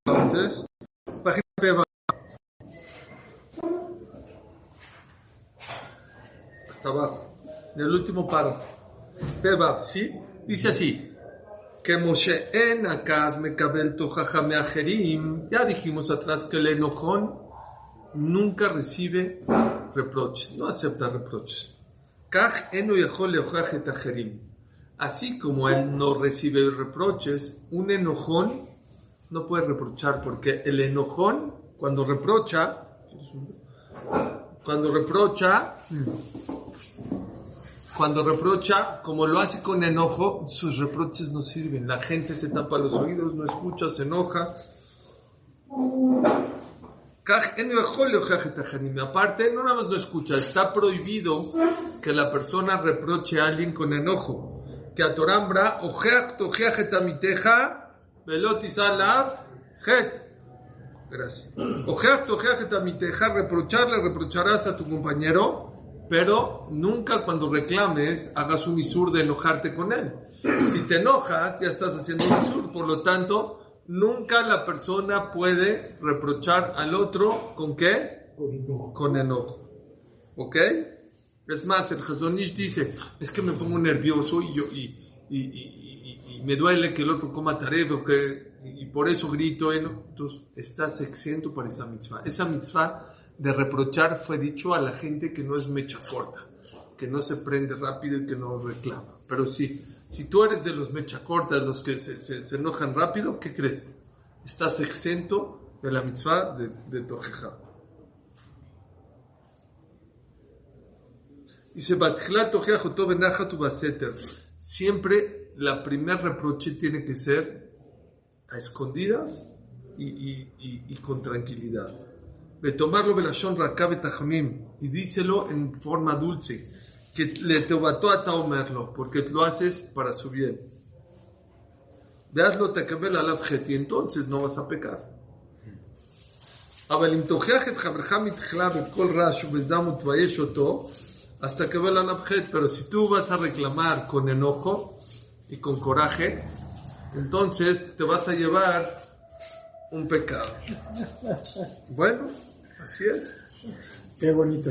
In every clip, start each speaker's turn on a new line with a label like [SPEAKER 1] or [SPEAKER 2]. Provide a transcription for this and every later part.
[SPEAKER 1] antes. Página Peba. Hasta abajo. En el último párrafo. Peba, ¿sí? Dice así. Que Moshe en Akaz Mekabel Tojaja Meajerim. Ya dijimos atrás que el enojón nunca recibe reproches, no acepta reproches. Kaj eno yachol leojaj et ajerim. Así como él no recibe reproches, un enojón no puede reprochar, porque el enojón cuando reprocha, como lo hace con enojo, sus reproches no sirven. La gente se tapa los oídos, no escucha, se enoja. Aparte, no nada más no escucha, está prohibido que la persona reproche a alguien con enojo. Que a Torambra, gracias. Reprocharás a tu compañero, pero nunca cuando reclames hagas un isur de enojarte con él. Si te enojas, ya estás haciendo un isur, por lo tanto, nunca la persona puede reprochar al otro ¿con qué? Con enojo. ¿Ok? Es más, el Chazon Ish dice, es que me pongo nervioso y me duele que el otro coma tarefa y por eso grito. Entonces, estás exento para esa mitzvah. Esa mitzvah de reprochar fue dicho a la gente que no es mecha corta, que no se prende rápido y que no reclama. Pero sí, si tú eres de los mecha cortas, los que se enojan rápido, ¿qué crees? Estás exento de la mitzvah de Tojeja. Dice, siempre la primer reproche tiene que ser a escondidas y con tranquilidad. De tomarlo belashon rakabe tajamim, y díselo en forma dulce, que le teobató a taomerlo, porque lo haces para su bien. Veazlo takabel alav chet, y entonces no vas a pecar. אבל אם תוכיח את חברך מתחילה בכל רעש ובזעם ותבייש אותו, אז תקבל עליו חטא. Pero si tú vas a reclamar con enojo y con coraje, entonces te vas a llevar un pecado. Bueno, así es.
[SPEAKER 2] Qué bonito.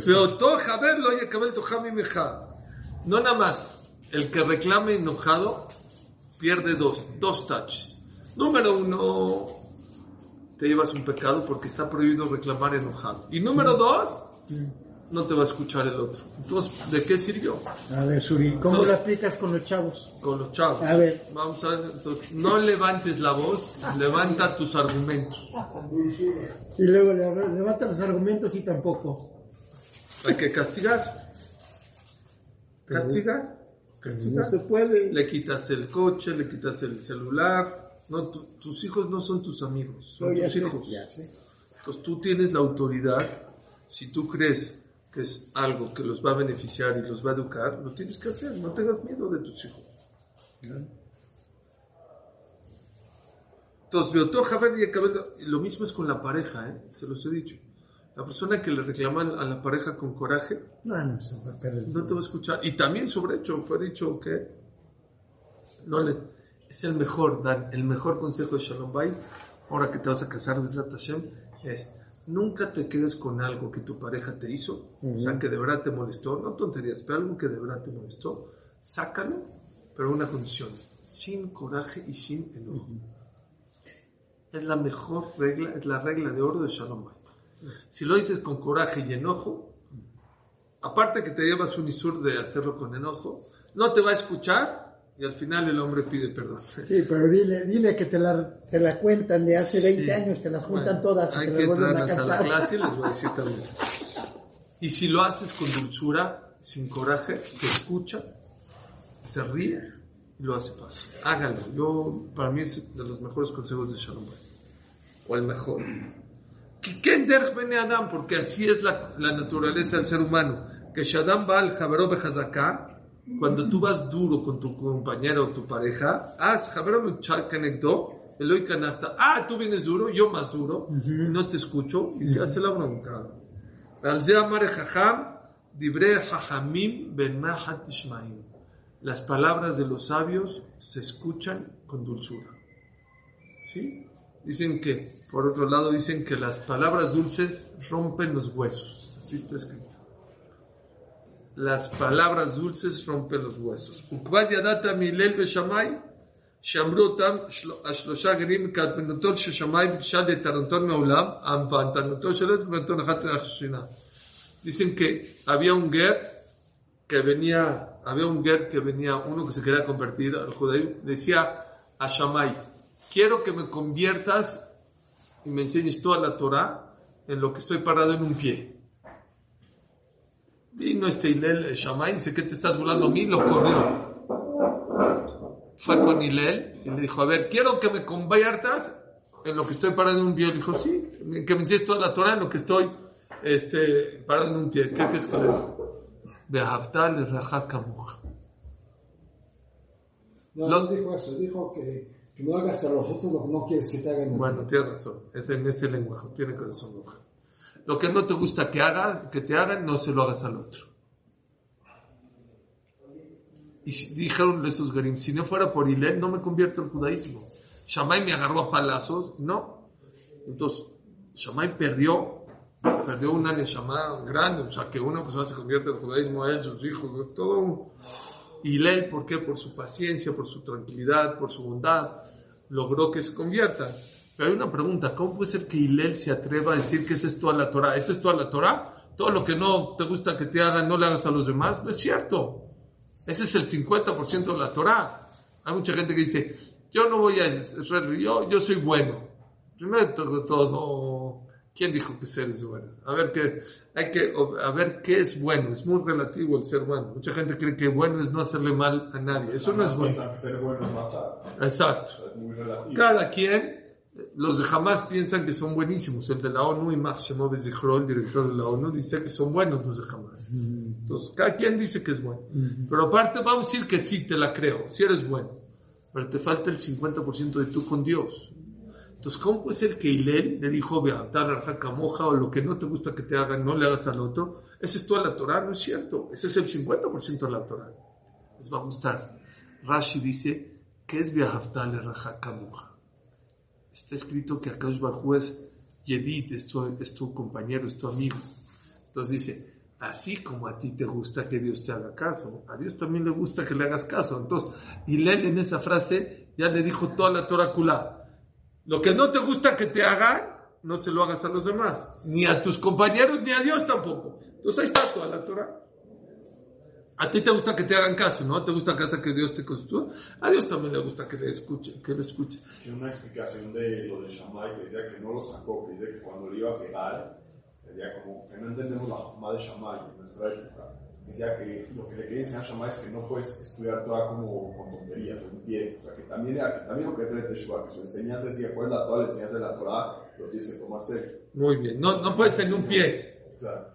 [SPEAKER 1] No nada más, el que reclame enojado pierde dos touches. Número uno, te llevas un pecado porque está prohibido reclamar enojado. Y número dos, no te va a escuchar el otro. Entonces, ¿de qué sirvió?
[SPEAKER 2] A ver, Suri, ¿cómo lo aplicas con los chavos?
[SPEAKER 1] Con los chavos.
[SPEAKER 2] A ver.
[SPEAKER 1] Vamos a ver, entonces, no levantes la voz, levanta tus argumentos.
[SPEAKER 2] Y luego levanta los argumentos y tampoco.
[SPEAKER 1] Hay que castigar. Castigar.
[SPEAKER 2] No se puede.
[SPEAKER 1] Le quitas el coche, le quitas el celular. No, tus hijos no son tus amigos, son tus hijos. Entonces tú tienes la autoridad. Si tú crees que es algo que los va a beneficiar y los va a educar, lo tienes que hacer. No tengas miedo de tus hijos. Entonces, lo mismo es con la pareja, se los he dicho. La persona que le reclama a la pareja con coraje, no te va a escuchar. Y también sobre hecho, fue dicho que es el mejor consejo de Shalom Bay, ahora que te vas a casar, Bezrat Hashem, es nunca te quedes con algo que tu pareja te hizo, o sea, que de verdad te molestó, no tonterías, pero algo que de verdad te molestó, sácalo, pero una condición, sin coraje y sin enojo. Es la mejor regla, es la regla de oro de Shalom Bay. Si lo dices con coraje y enojo, aparte que te llevas un isur de hacerlo con enojo, no te va a escuchar y al final el hombre pide perdón.
[SPEAKER 2] Sí, pero dile que te la cuentan de hace 20 años, te las juntan todas.
[SPEAKER 1] Hay que entrarlas a la clase y les voy a decir también. Y si lo haces con dulzura, sin coraje, te escucha, se ríe y lo hace fácil. Háganlo. Para mí es de los mejores consejos de Shalom Bay. O el mejor. Porque así es la naturaleza del ser humano. Que Shadam va al Javero Bejazaká. Cuando tú vas duro con tu compañero o tu pareja, tú vienes duro, yo más duro, no te escucho, y se hace la bronca. Las palabras de los sabios se escuchan con dulzura. ¿Sí? Dicen que, por otro lado, dicen que las palabras dulces rompen los huesos. Así está escrito. Las palabras dulces rompen los huesos. וכבר ידעת מהלל ושמאי שאמרו אותם השלושה גרים כהתמנותו של שמאי ביקשה להתערותו מעולם והתערותו שלו התמנותו אחת השנייה. Dicen que había un ger que venía, uno que se quería convertir al judaísmo, decía a Shammai, quiero que me conviertas y me enseñes toda la Torah en lo que estoy parado en un pie. Vino Hillel, Shammai, dice, ¿qué te estás burlando a mí? Lo corrió. Fue con Hillel y le dijo, a ver, quiero que me conviertas en lo que estoy parado en un pie. Le dijo, sí, que me enseñes toda la Torah en lo que estoy parado en un pie. ¿Qué es que le dijo? Behavta l'reaja kamoja.
[SPEAKER 2] No dijo eso, dijo que no hagas a los otros lo que no quieres que te hagan.
[SPEAKER 1] Bueno, tienes razón, es en ese lenguaje, tiene corazón roja. Lo que no te gusta que te hagan, no se lo hagas al otro. Y dijeron estos gerim, si no fuera por Hillel, no me convierto en judaísmo. Shammai me agarró a palazos, no. Entonces, Shammai perdió una neshama grande, o sea, que una persona se convierte en judaísmo, él, sus hijos, es todo un... Hillel, ¿por qué? Por su paciencia, por su tranquilidad, por su bondad, logró que se convierta. Pero hay una pregunta, ¿cómo puede ser que Hillel se atreva a decir que esa es toda la Torah? ¿Esa es toda la Torah? Todo lo que no te gusta que te hagan, no le hagas a los demás. No es cierto. Ese es el 50% de la Torah. Hay mucha gente que dice, yo no voy a yo soy bueno. Primero de todo, ¿quién dijo que seres buenos? A ver qué es bueno. Es muy relativo el ser bueno. Mucha gente cree que bueno es no hacerle mal a nadie. Eso no es bueno.
[SPEAKER 3] Ser bueno es matar.
[SPEAKER 1] Exacto.
[SPEAKER 3] Es muy relativo.
[SPEAKER 1] Cada quien, los de Hamas piensan que son buenísimos. El de la ONU, Imach Shemov Zichro, el director de la ONU, dice que son buenos los de Hamas. Entonces, cada quien dice que es bueno. Pero aparte vamos a decir que sí, te la creo, si eres bueno. Pero te falta el 50% de tú con Dios. Entonces, ¿cómo puede ser que Hillel le dijo, Be'avtar arjaka moja, o lo que no te gusta que te hagan, no le hagas al otro? Esa es toda la Torah, no es cierto. Ese es el 50% de la Torah. Les va a gustar. Rashi dice, ¿qué es Be'avtar arjaka moja? Está escrito que Akadosh Baruj Hu es Yedid, es tu compañero, es tu amigo. Entonces dice, así como a ti te gusta que Dios te haga caso, a Dios también le gusta que le hagas caso. Entonces, Hillel en esa frase ya le dijo toda la Torah Kulá. Lo que no te gusta que te hagan, no se lo hagas a los demás, ni a tus compañeros, ni a Dios tampoco. Entonces ahí está toda la Torah. A ti te gusta que te hagan caso, ¿no? ¿Te gusta que Dios te construya? A Dios también le gusta que lo escuches.
[SPEAKER 3] Hay una explicación de lo de Shammai que decía que no lo sacó, que decía que cuando le iba a pegar, decía como que no entendemos la forma de Shammai en nuestra época. Decía que lo que le quería enseñar a Shammai es que no puedes estudiar toda como con tonterías, en pie. O sea, que también lo que trae Teshuvah, que su enseñanza decía, pues la Torah, la enseñanza de la Torah, lo tienes que tomar serio.
[SPEAKER 1] Muy bien, no puedes en un pie.
[SPEAKER 3] Exacto.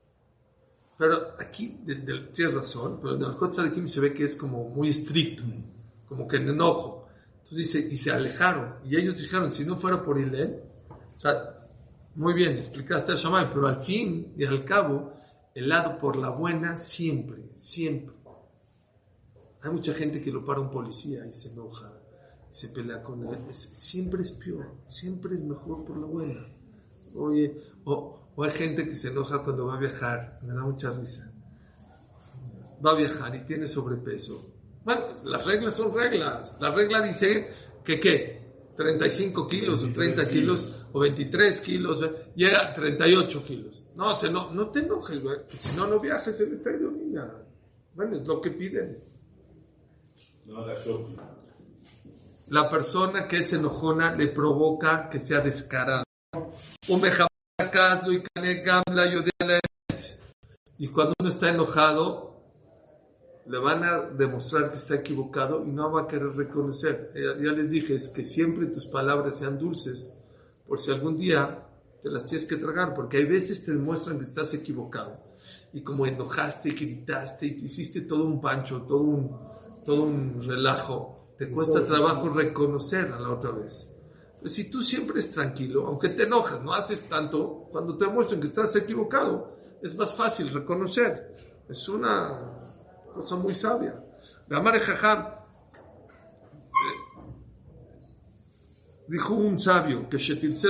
[SPEAKER 1] Pero aquí, tienes razón, pero en el Hotzadekim se ve que es como muy estricto, como que en enojo. Entonces dice, y se alejaron, y ellos dijeron, si no fuera por Hillel, o sea, muy bien, explicaste a Shammai, pero al fin y al cabo, el lado por la buena siempre. Hay mucha gente que lo para un policía y se enoja, y se pelea con él. Siempre es peor, siempre es mejor por la buena. Oye, o hay gente que se enoja cuando va a viajar, me da mucha risa. Va a viajar y tiene sobrepeso. Bueno, las reglas son reglas. La regla dice que, ¿qué? 35 kilos o 30 kilos o 23 kilos, llega a 38 kilos. No te enojes, güey. Si no viajes en esta ironía. Bueno, es lo que piden. La persona que es enojona le provoca que sea descarada. Y cuando uno está enojado, le van a demostrar que está equivocado y no va a querer reconocer. Ya les dije, es que siempre tus palabras sean dulces, por si algún día te las tienes que tragar, porque hay veces te demuestran que estás equivocado. Y como enojaste, gritaste y te hiciste todo un pancho, todo un relajo, te cuesta trabajo reconocer a la otra vez. Pues si tú siempre es tranquilo, aunque te enojas, no haces tanto, cuando te demuestran que estás equivocado, es más fácil reconocer. Es una cosa muy sabia. Dijo un sabio que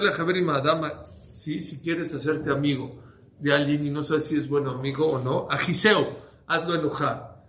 [SPEAKER 1] si quieres hacerte amigo de alguien y no sabes si es buen amigo o no, ajiseo, hazlo enojar.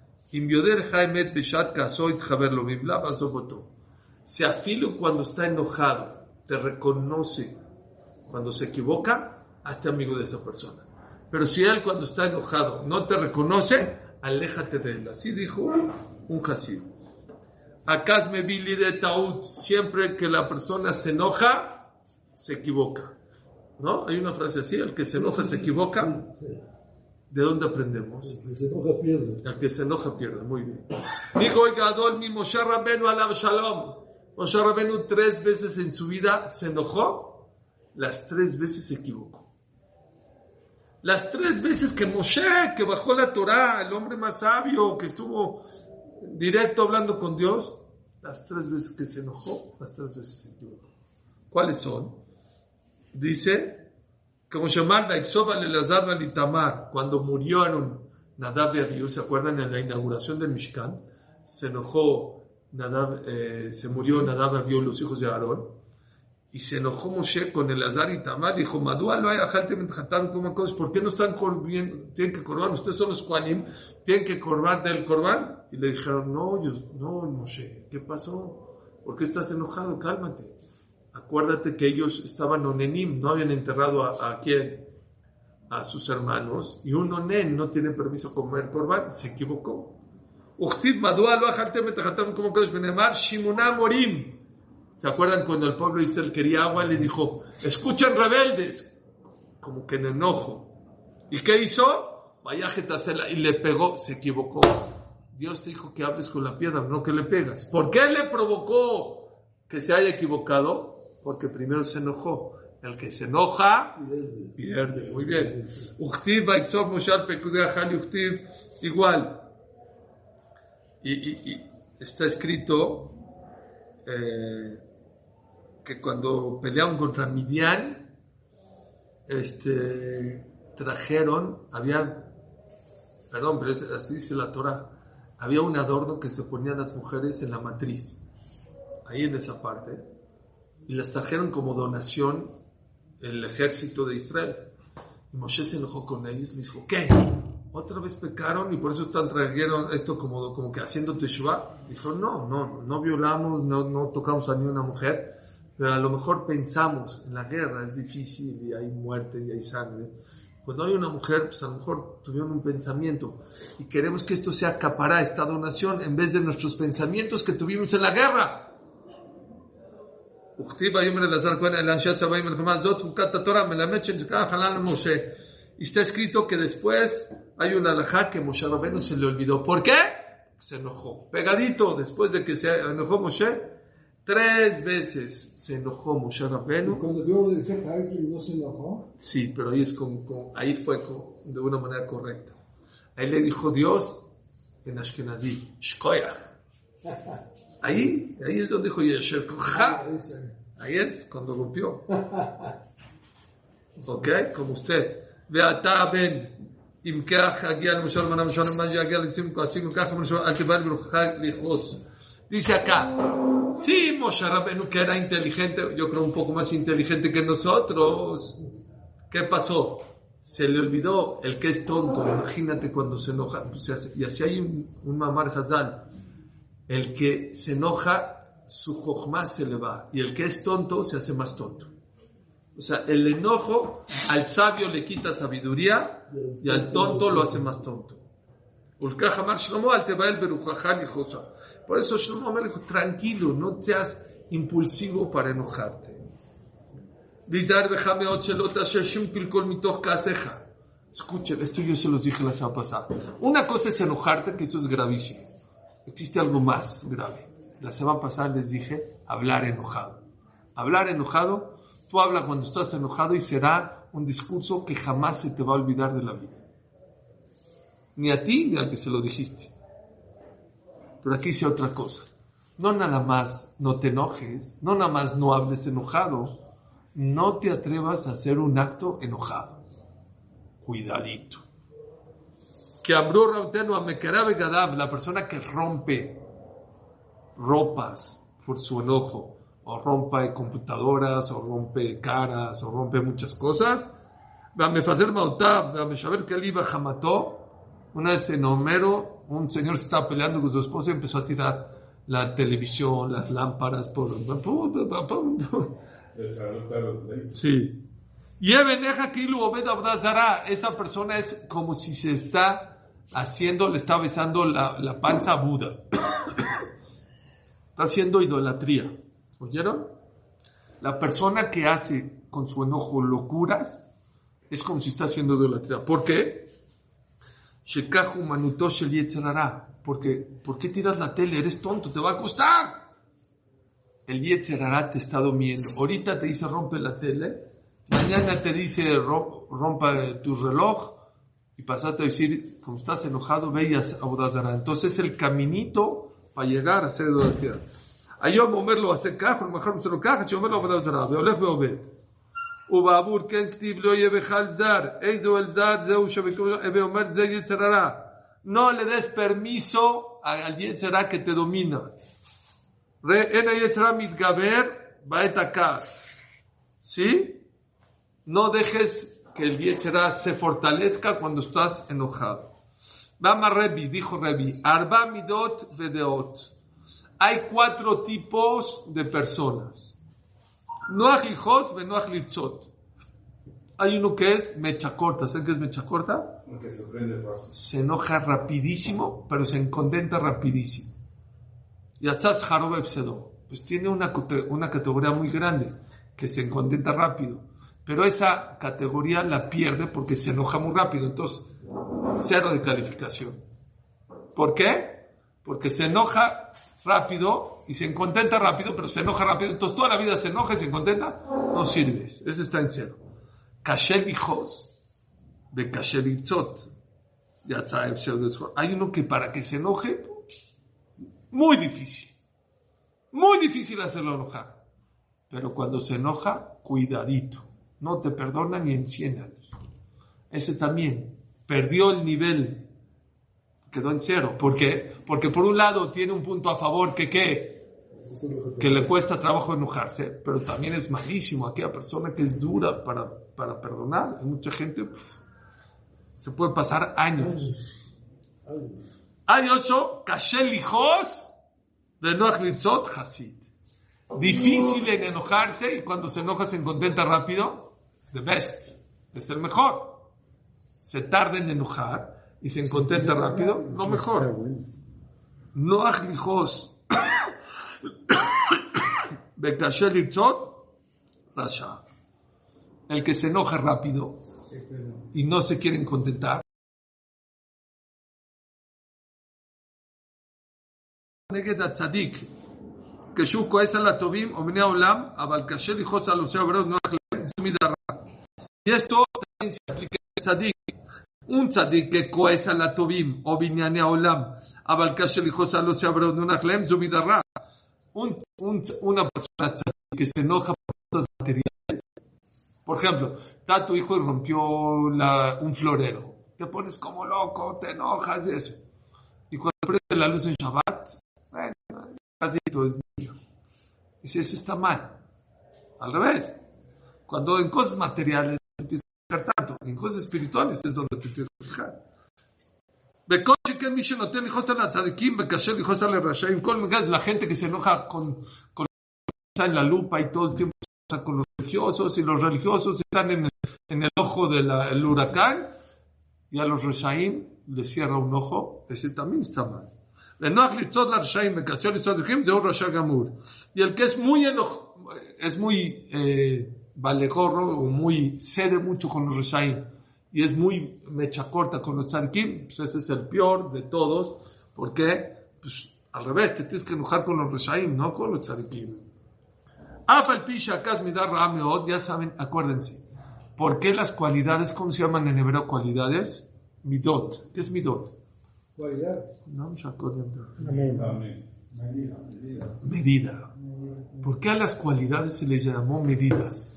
[SPEAKER 1] Si afilo cuando está enojado, te reconoce cuando se equivoca, hazte amigo de esa persona. Pero si él cuando está enojado no te reconoce, aléjate de él. Así dijo un Hasid. Acá me bili de taut, siempre que la persona se enoja, se equivoca. ¿No? Hay una frase así, el que se enoja se equivoca. ¿De dónde aprendemos?
[SPEAKER 4] El que se enoja pierde.
[SPEAKER 1] El que se enoja pierde, muy bien. Dijo Gadol mi Moshe Rabenu alav shalom. Moshe Rabenu 3 veces en su vida se enojó, las 3 veces se equivocó. Las 3 veces que Moshe, que bajó la Torá, el hombre más sabio, que estuvo directo hablando con Dios, las 3 veces que se enojó, las 3 veces se equivocó. ¿Cuáles son? Dice, como llamar Baixoba Elazar y Tamar, cuando murieron Nadab y Abiú, ¿se acuerdan? En la inauguración del Mishkan, se enojó se murió Nadab y Abiú, los hijos de Aarón, y se enojó Moshe con Elazar y Tamar, dijo, Madúa lo hay ajalte menjatan como cosas, ¿por qué no están corbiendo? Tienen que corban, ustedes son los Kohanim, tienen que corbar del corban. Y le dijeron, no Moshe, ¿qué pasó? ¿Por qué estás enojado? Cálmate. Acuérdate que ellos estaban onenim, no habían enterrado a quién, a sus hermanos, y un onen no tiene permiso de comer corban, se equivocó. ¿Se acuerdan cuando el pueblo de Israel quería agua? Le dijo, escuchen rebeldes, como que en enojo. ¿Y qué hizo? Y le pegó, se equivocó. Dios te dijo que hables con la piedra, no que le pegas. ¿Por qué le provocó que se haya equivocado? Porque primero se enojó. El que se enoja, pierde. Muy bien. Igual. Y está escrito que cuando pelearon contra Midian, trajeron, pero así dice la Torah, había un adorno que se ponían las mujeres en la matriz, ahí en esa parte, y las trajeron como donación el ejército de Israel. Y Moshe se enojó con ellos y les dijo, ¿qué? ¿Otra vez pecaron y por eso trajeron esto como que haciendo teshuvah? Dijo, no violamos, no tocamos a ni una mujer, pero a lo mejor pensamos, en la guerra es difícil y hay muerte y hay sangre. Cuando hay una mujer, pues a lo mejor tuvieron un pensamiento y queremos que esto sea capará, esta donación, en vez de nuestros pensamientos que tuvimos en la guerra. Y está escrito que después hay una alajá que Moshe Rabenu se le olvidó. ¿Por qué? Se enojó. Pegadito, después de que se enojó Moshe, 3 veces se enojó Moshe Rabenu.
[SPEAKER 4] ¿Y cuando Dios le dijo a alguien no se enojó?
[SPEAKER 1] Sí, pero ahí fue de una manera correcta. Ahí le dijo Dios en Ashkenazí, Shkoyach. Ahí es donde dijo Yesher Kochá. Ahí es cuando rompió. ¿Ok? Como usted. ואתה בן, אם כך הגיע למשל מנה משנה מה יגיע לקצים כועסים וכך למשל אל תבא לברוכך לכעוס. Dice acá, sí, Moshe Rabenu que era inteligente, yo creo un poco más inteligente que nosotros, ¿qué pasó? Se le olvidó el que es tonto. Imagínate cuando se enoja, y así hay un mamar Hazal, el que se enoja su jochma se le va y el que es tonto se hace más tonto. O sea, el enojo al sabio le quita sabiduría y al tonto lo hace más tonto. Por eso Shlomo me dijo, tranquilo, no seas impulsivo para enojarte. Escuchen, esto yo se los dije la semana pasada. Una cosa es enojarte, que eso es gravísimo. Existe algo más grave. La semana pasada les dije hablar enojado. Hablar enojado, tú hablas cuando estás enojado y será un discurso que jamás se te va a olvidar de la vida. Ni a ti ni al que se lo dijiste. Pero aquí dice otra cosa. No nada más no te enojes, no nada más no hables enojado, no te atrevas a hacer un acto enojado. Cuidadito. Que Amru Rautenu Amekarabe Gadav, la persona que rompe ropas por su enojo, o rompe computadoras, o rompe caras, o rompe muchas cosas. Mefazer Mautav, Meshaber Kaliba Hamató. Una vez en Homero, un señor se estaba peleando con su esposa y empezó a tirar la televisión, las lámparas, sí. Y esa persona es como si se está haciendo, le está besando la panza a Buda. Está haciendo idolatría. ¿Oyeron? La persona que hace con su enojo locuras es como si está haciendo idolatría. ¿Por qué? Porque, ¿por qué tiras la tele? Eres tonto, te va a costar. El Yetzer Hará te está dominando. Ahorita te dice rompe la tele, mañana te dice rompa tu reloj, y pasaste a decir, como estás enojado, veías a Bodazara. Entonces es el caminito para llegar a ser idolatría. Ayom Omer lo hace caja, mejor se lo caja, si Omer lo Bodazara, veolef veobed. ובעבור כן כתיב לא יהיה בכלל זר. איזו אל זר זהו ואומר זה יצר הרע. No le des permiso al יצר הרע que te domina. אין היצר הרע מתגבר בעת הכעס. ¿Sí? No dejes que el יצר הרע se fortalezca cuando estás enojado. Vamos Rebi, dijo Rebi, arba midot vedeot. Hay 4 tipos de personas. Noach lijos ve Noach litzot. Hay uno que es mecha corta. ¿Saben qué es mecha corta?
[SPEAKER 3] Que se prende fácil.
[SPEAKER 1] Se enoja rapidísimo, pero se contenta rapidísimo. Y Atzaz Jarob Epsedo, pues tiene una categoría muy grande, que se contenta rápido. Pero esa categoría la pierde porque se enoja muy rápido. Entonces, 0 de calificación. ¿Por qué? Porque se enoja rápido y se contenta rápido, pero se enoja rápido. Entonces toda la vida se enoja y se contenta, no sirves. Ese está en 0. Kasher hijos de kasher itzot. Hay uno que para que se enoje, muy difícil hacerlo enojar. Pero cuando se enoja, cuidadito. No te perdona ni en 100 años. Ese también perdió el nivel. Quedó en 0. ¿Por qué? Porque por un lado tiene un punto a favor que le cuesta trabajo enojarse, pero también es malísimo aquella persona que es dura para perdonar. Hay mucha gente, se puede pasar años. Hay 8, Kashel hijos de Noach Litzot Hasid. Difícil en enojarse, y cuando se enoja se contenta rápido. The best, es el mejor. Se tarda en enojar y se contenta rápido, lo mejor. Noach lijos bekasher litzot rasha. El que se enoja rápido y no se quieren contentar. נגד הצדיק כשהוא כועס על הטובים או בני העולם, אבל קשה לכעוס על עושי עבירות נוח להם, זו מידה רעה. Y esto también se aplica al tzadik. Un tzadik que כועס על הטובים או בענייני העולם, אבל קשה לכעוס על עושי עבירות נוח להם, זו מידה רעה. Una persona tzadik que se enoja por cosas materiales. Por ejemplo, está tu hijo y rompió un florero. Te pones como loco, te enojas y eso. Y cuando prende la luz en Shabbat, casi todo es niño. Dice, eso está mal. Al revés. Cuando en cosas materiales te tienes que fijar tanto, en cosas espirituales es donde te tienes que fijar. La gente que se enoja con está en la lupa y todo el tiempo con los religiosos, y los religiosos están en el ojo del huracán, y a los reshaim les cierra un ojo, ese también está mal. Y el que es muy valejorro, o muy cede mucho con los reshaim, y es muy mecha corta con los tzadikim, pues ese es el peor de todos. ¿Por qué? Pues al revés, te tienes que enojar con los reshaim, no con los tzadikim. Ya saben, acuérdense, ¿por qué las cualidades, cómo se llaman en hebreo cualidades? Midot. ¿Qué es midot?
[SPEAKER 4] Cualidad.
[SPEAKER 1] No me acuerdo.
[SPEAKER 3] Amén.
[SPEAKER 1] Medida. ¿Por qué a las cualidades se les llamó medidas?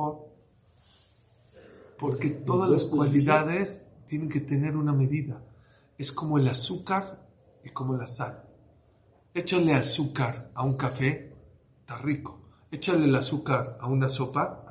[SPEAKER 1] Porque todas las cualidades tienen que tener una medida. Es como el azúcar y como la sal. Échale azúcar a un café, está rico. Échale el azúcar a una sopa.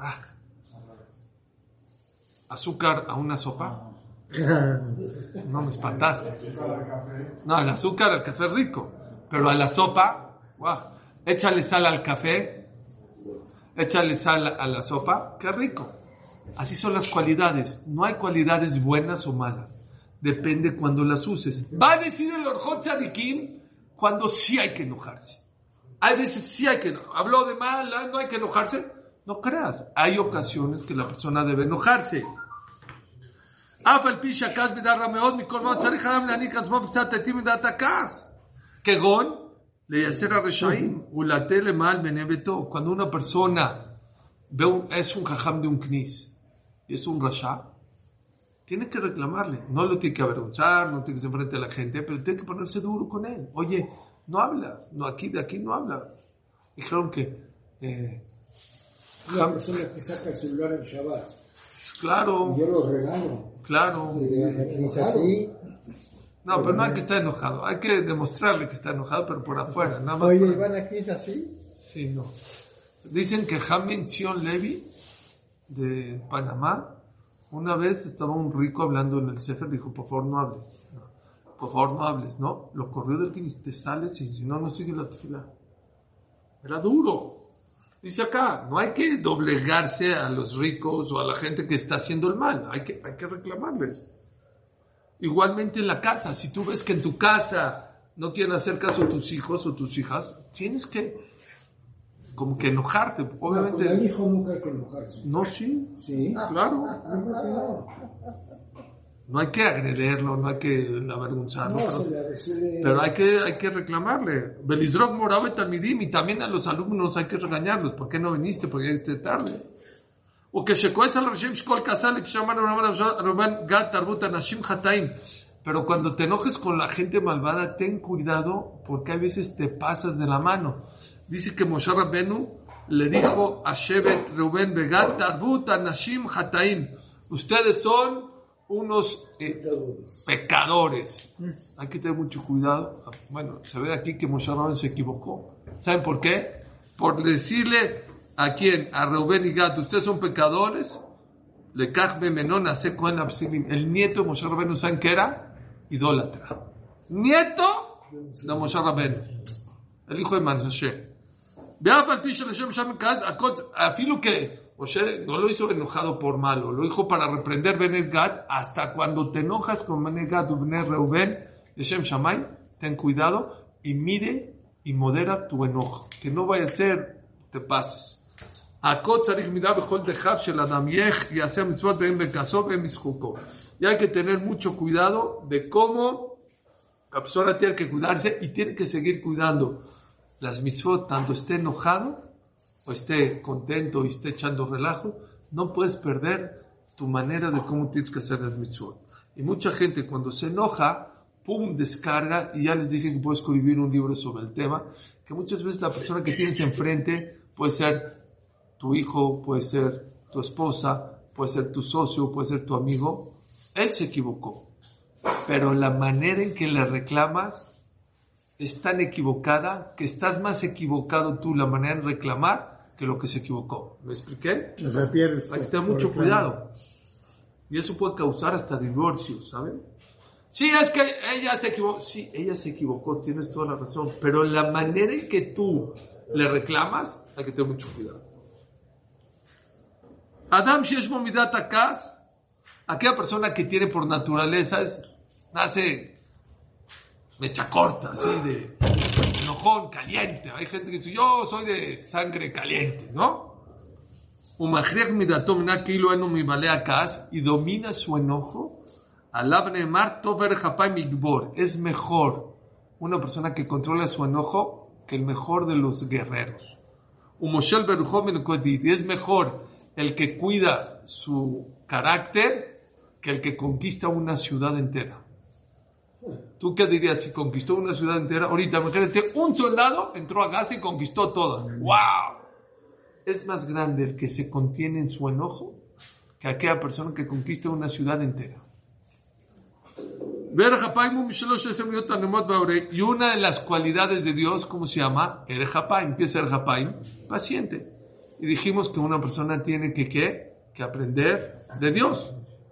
[SPEAKER 1] ¿Azúcar a una sopa? No, me espantaste. No, el azúcar al café es rico, pero a la sopa, échale sal al café, échale sal a la sopa, qué rico. Así son las cualidades. No hay cualidades buenas o malas. Depende cuando las uses. Va a decir el Orjot Tzadikim cuando sí hay que enojarse. Hay veces sí hay que enojarse. Habló de mal, no hay que enojarse. No creas. Hay ocasiones que la persona debe enojarse. כגון לייסר הרשעים ולתת למען בני ביתו. Cuando una persona es un jajam de un knis y es un rasha, tiene que reclamarle. No lo tiene que avergonzar, no tiene que ser frente a la gente, pero tiene que ponerse duro con él. Oye, no hablas, no, de aquí no hablas. Dijeron que
[SPEAKER 4] una persona que saca el celular en Shabbat.
[SPEAKER 1] Claro.
[SPEAKER 4] Yo lo regalo.
[SPEAKER 1] Claro.
[SPEAKER 2] Es así.
[SPEAKER 1] No, pero no hay que estar enojado. Hay que demostrarle que está enojado, pero por afuera. Nada más.
[SPEAKER 2] Oye, Iván, aquí es así.
[SPEAKER 1] Sí, no. Dicen que Hamin Zion Levi de Panamá, una vez estaba un rico hablando en el Sefer, dijo, por favor no hables. No, por favor no hables, ¿no? Lo corrió del Knis, te sales y si no, no sigue la tefilá. Era duro. Dice acá, no hay que doblegarse a los ricos o a la gente que está haciendo el mal. Hay que reclamarles. Igualmente en la casa, si tú ves que en tu casa no quieren hacer caso a tus hijos o tus hijas, tienes que como que enojarte. Obviamente.
[SPEAKER 4] No, con el hijo nunca hay que enojarse.
[SPEAKER 1] No, sí.
[SPEAKER 4] Sí.
[SPEAKER 1] Claro.
[SPEAKER 4] No.
[SPEAKER 1] No hay que agredirlo, no hay que avergonzarlo.
[SPEAKER 4] No,
[SPEAKER 1] pero hay que reclamarle. Belizrov Morave Talmidim, y también a los alumnos hay que regañarlos. ¿Por qué no viniste? Porque llegaste tarde. O que se cuesta al Rashim Shkol Kasal, que se llama Roman Gat Tarbut Anashim Hataim. Pero cuando te enojes con la gente malvada, ten cuidado, porque a veces te pasas de la mano. Dice que Moshe Rabbenu le dijo a Shevet Reuben Begat Tarbut Anashim Hataim. Ustedes son unos pecadores. Hay que tener mucho cuidado. Bueno, se ve aquí que Moshe Rabbenu se equivocó. ¿Saben por qué? Por decirle a quién, a Reuben y Gad, ustedes son pecadores. Le Kachbe Menona se Cohen Absilim. El nieto de Moshe Rabbenu, ¿saben qué era? Idólatra. Nieto de Moshe Rabbenu, el hijo de Manashe. Veaf al piso de Shem Sham Kaz, afilo que Moshe no lo hizo enojado por malo, lo hizo para reprender Benet Gad. Hasta cuando te enojas con Benet Gad o Benet Reuben de Shem Shammai, ten cuidado y mide y modera tu enojo, que no vaya a ser te pases. Y hay que tener mucho cuidado de cómo la persona tiene que cuidarse y tiene que seguir cuidando las mitzvot, tanto esté enojado o esté contento y esté echando relajo. No puedes perder tu manera de cómo tienes que hacer las mitzvot. Y mucha gente cuando se enoja, pum, descarga, y ya les dije que puedo escribir un libro sobre el tema, que muchas veces la persona que tienes enfrente puede ser tu hijo, puede ser tu esposa, puede ser tu socio, puede ser tu amigo. Él se equivocó, pero la manera en que le reclamas es tan equivocada que estás más equivocado tú la manera de reclamar que lo que se equivocó. ¿Me expliqué? Hay que tener mucho cuidado. Y eso puede causar hasta divorcio, ¿saben? Sí, es que ella se equivocó. Sí, ella se equivocó, tienes toda la razón. Pero la manera en que tú le reclamas, hay que tener mucho cuidado. Adam Sheshmo Midat Akas, aquella persona que tiene por naturaleza nace mecha corta, así de enojón, caliente. Hay gente que dice, yo soy de sangre caliente, ¿no? Umachriach Midatom Nakilo Enu Mibale Akas, y domina su enojo. Alab Neemar Tover Japay Migbor. Es mejor una persona que controla su enojo que el mejor de los guerreros. Umoshel Beruchom Minkodid. Es mejor el que cuida su carácter que el que conquista una ciudad entera. ¿Tú qué dirías si conquistó una ciudad entera? Ahorita, imagínate, un soldado entró a Gaza y conquistó toda. ¡Wow! Es más grande el que se contiene en su enojo que aquella persona que conquista una ciudad entera. Y una de las cualidades de Dios, ¿cómo se llama? Erejapaim. ¿Qué es Erejapaim? Paciente. Y dijimos que una persona tiene que aprender de Dios.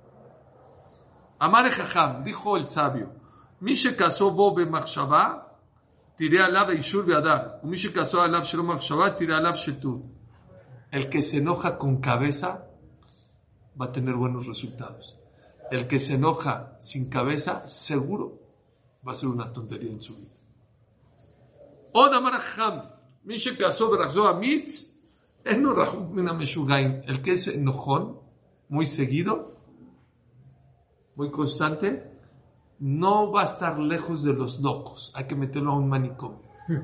[SPEAKER 1] Amar Jajam, dijo el sabio, Mishe casó bo b'machshava, tiré alav eishur be'adar. Mishe casó alav shelo machshava, tiré alav shetur. El que se enoja con cabeza va a tener buenos resultados. El que se enoja sin cabeza, seguro va a ser una tontería en su vida. Od amar Jajam, Mishe casó be'rachzo amitz, es no rachum mina meshugaim. El que es enojón, muy seguido, muy constante, no va a estar lejos de los locos. Hay que meterlo a un manicomio.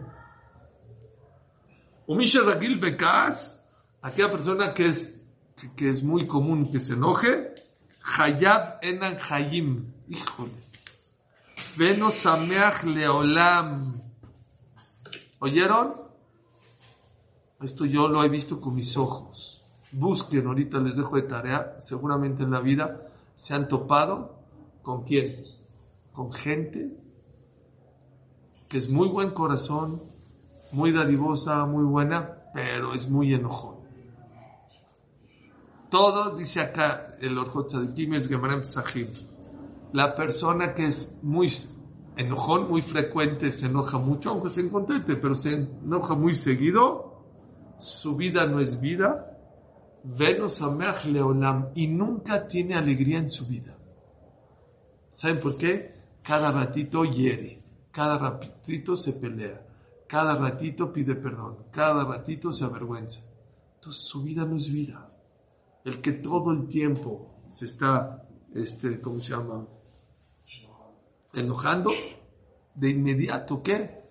[SPEAKER 1] Umisha Ragil Bekas, aquella persona que es muy común que se enoje, Hayav Enan Hayim, híjole, Veno Sameach Leolam. ¿Oyeron? Esto yo lo he visto con mis ojos. Busquen, ahorita les dejo de tarea, seguramente en la vida se han topado con quién, con gente que es muy buen corazón, muy dadivosa, muy buena, pero es muy enojón. Todo, dice acá el Orjot Tzadikim, es Gemarem Sahib. La persona que es muy enojón, muy frecuente, se enoja mucho, aunque se contente, pero se enoja muy seguido, su vida no es vida. Venus Sameach Leolam, y nunca tiene alegría en su vida. ¿Saben por qué? Cada ratito hiere, cada ratito se pelea, cada ratito pide perdón, cada ratito se avergüenza. Entonces su vida no es vida. El que todo el tiempo se está, ¿cómo se llama? Enojando, de inmediato, ¿qué?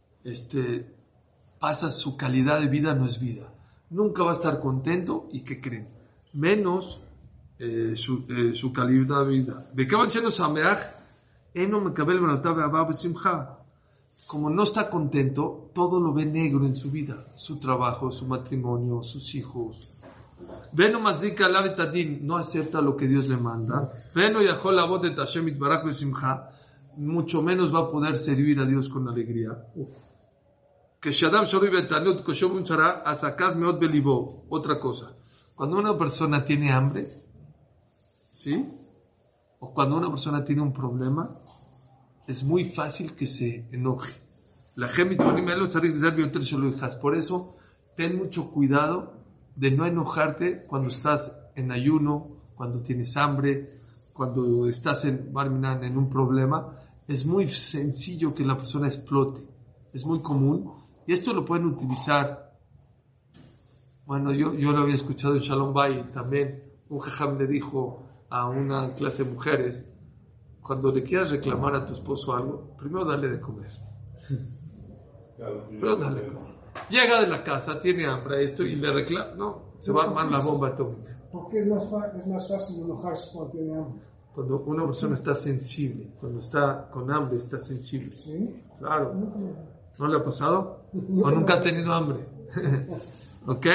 [SPEAKER 1] Pasa su calidad de vida, no es vida. Nunca va a estar contento y ¿qué creen? Menos su calidad de vida. Como no está contento, todo lo ve negro en su vida. Su trabajo, su matrimonio, sus hijos. No acepta lo que Dios le manda. Mucho menos va a poder servir a Dios con alegría. Otra cosa, cuando una persona tiene hambre, ¿sí? O cuando una persona tiene un problema, es muy fácil que se enoje. Por eso, ten mucho cuidado de no enojarte cuando estás en ayuno, cuando tienes hambre, cuando estás en un problema. Es muy sencillo que la persona explote, es muy común. Y esto lo pueden utilizar. Bueno, yo lo había escuchado en Shalom Bay también. Un jajam le dijo a una clase de mujeres, cuando le quieras reclamar a tu esposo algo, primero dale de comer. Primero dale de comer. Llega de la casa, tiene hambre, y le reclama, no, se va a armar la bomba atómica.
[SPEAKER 4] Porque es más fácil enojarse cuando tiene hambre.
[SPEAKER 1] Cuando una persona está sensible, cuando está con hambre, está sensible.
[SPEAKER 4] ¿Sí?
[SPEAKER 1] Claro. ¿No le ha pasado? ¿O nunca ha tenido hambre? ¿Ok?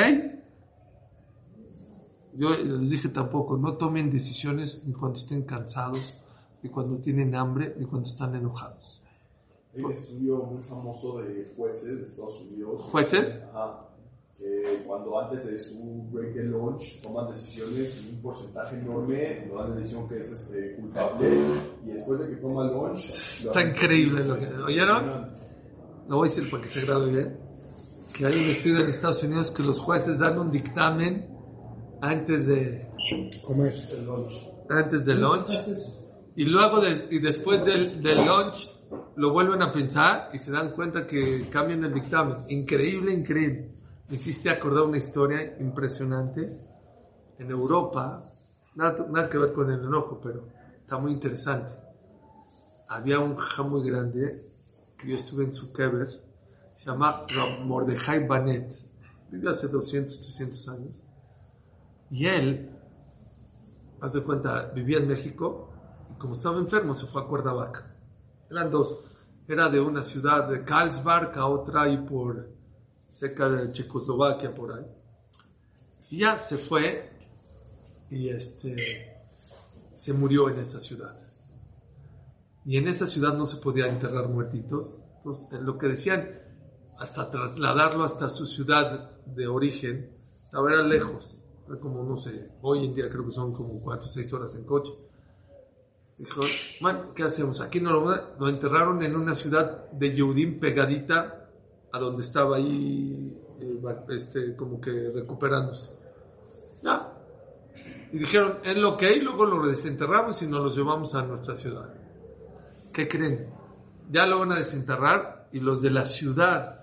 [SPEAKER 1] Yo les dije tampoco, no tomen decisiones ni cuando estén cansados, ni cuando tienen hambre, ni cuando están enojados.
[SPEAKER 3] Hay un estudio muy famoso de jueces de Estados Unidos.
[SPEAKER 1] ¿Jueces?
[SPEAKER 3] Ajá. Que cuando antes de su break de lunch toman decisiones y un porcentaje enorme no dan la decisión que es culpable, y después de que toma el lunch...
[SPEAKER 1] Está increíble lo que... ¿Oyeron? Lo voy a decir para que se grabe bien. Que hay un estudio en Estados Unidos que los jueces dan un dictamen antes de
[SPEAKER 2] comer.
[SPEAKER 1] Antes del lunch. Y luego y después del lunch lo vuelven a pensar y se dan cuenta que cambian el dictamen. Increíble, increíble. Me hiciste acordar una historia impresionante. En Europa, nada que ver con el enojo, pero está muy interesante. Había un jajam muy grande, que yo estuve en su kever, se llama Mordechai Banet. Vivió hace 200, 300 años. Y él, haz de cuenta, vivía en México, y como estaba enfermo, se fue a Cuernavaca. Eran dos. Era de una ciudad de Karlsbad a otra y por cerca de Checoslovaquia, por ahí. Y ya se fue y se murió en esa ciudad. y en esa ciudad no se podía enterrar muertitos. Entonces, lo que decían, hasta trasladarlo hasta su ciudad de origen, era lejos, era como, no sé, hoy en día creo que son como 4 o 6 horas en coche. Dijo, man, ¿qué hacemos? Aquí no lo enterraron en una ciudad de Yehudim pegadita a donde estaba ahí, como que recuperándose. Ya. Y dijeron, es lo que hay, luego lo desenterramos y nos lo llevamos a nuestra ciudad. ¿Qué creen? Ya lo van a desenterrar y los de la ciudad,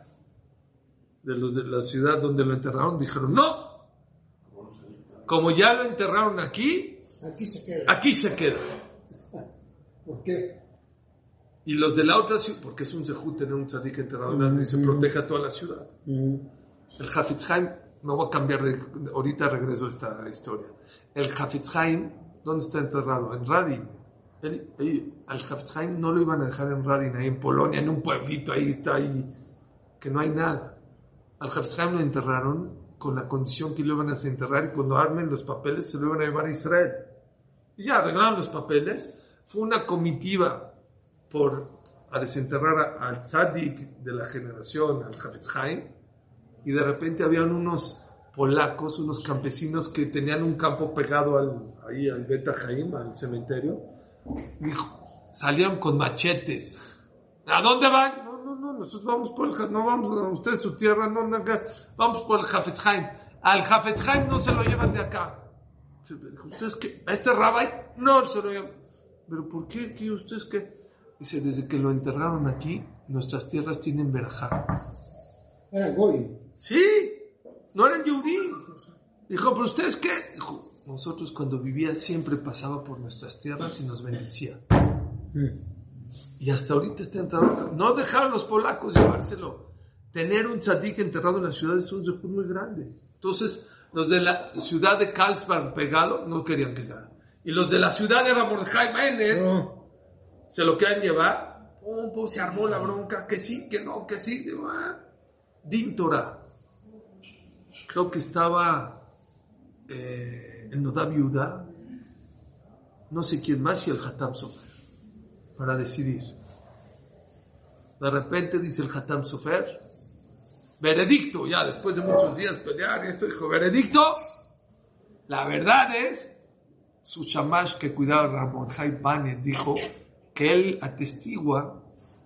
[SPEAKER 1] donde lo enterraron, dijeron, no, como ya lo enterraron aquí se queda.
[SPEAKER 4] ¿Por qué?
[SPEAKER 1] Y los de la otra ciudad, porque es un zehut tener un tzadik enterrado en la y se protege a toda la ciudad. El Hafetz Haim, no voy a cambiar ahorita regreso a esta historia. El Hafetz Haim, ¿dónde está enterrado? En Radin. Al Hafetz Haim no lo iban a dejar en Radin, ahí en Polonia, en un pueblito, ahí está, ahí, que no hay nada. Al Hafetz Haim lo enterraron con la condición que lo iban a desenterrar y cuando armen los papeles se lo iban a llevar a Israel. Y ya arreglaron los papeles. Fue una comitiva a desenterrar al Tzadik de la generación, al Hafetz Haim, y de repente habían unos polacos, unos campesinos que tenían un campo pegado al Bet Haim, al cementerio, y salieron con machetes. ¿A dónde van? No, nosotros vamos por no vamos a ustedes su tierra, no, vamos por el Hafetz Haim. Al Hafetz Haim no se lo llevan de acá. ¿Ustedes qué? ¿A este rabbi? No se lo llevan. ¿Pero por qué? ¿Ustedes qué? Dice, desde que lo enterraron aquí, nuestras tierras tienen verajá.
[SPEAKER 4] Era Goy.
[SPEAKER 1] Sí, no eran Yehudí. Dijo, ¿pero ustedes qué? Dijo, nosotros cuando vivía siempre pasaba por nuestras tierras y nos bendecía. Y hasta ahorita está enterrado. No dejaron los polacos llevárselo. Tener un tzadik enterrado en la ciudad es un zehut muy grande. Entonces, los de la ciudad de Carlsbad pegado no querían que se haga. Y los de la ciudad de Mordechai Bennett se lo querían llevar. Pues se armó la bronca. Que sí, que no, que sí. Din Torah. Creo que estaba el Nodav Yehuda, no sé quién más, y el Hatam Sofer, para decidir. De repente dice el Hatam Sofer, veredicto, ya después de muchos días pelear, y esto dijo, veredicto, la verdad es, su shamash que cuidaba a Mordechai Bennett dijo que él atestigua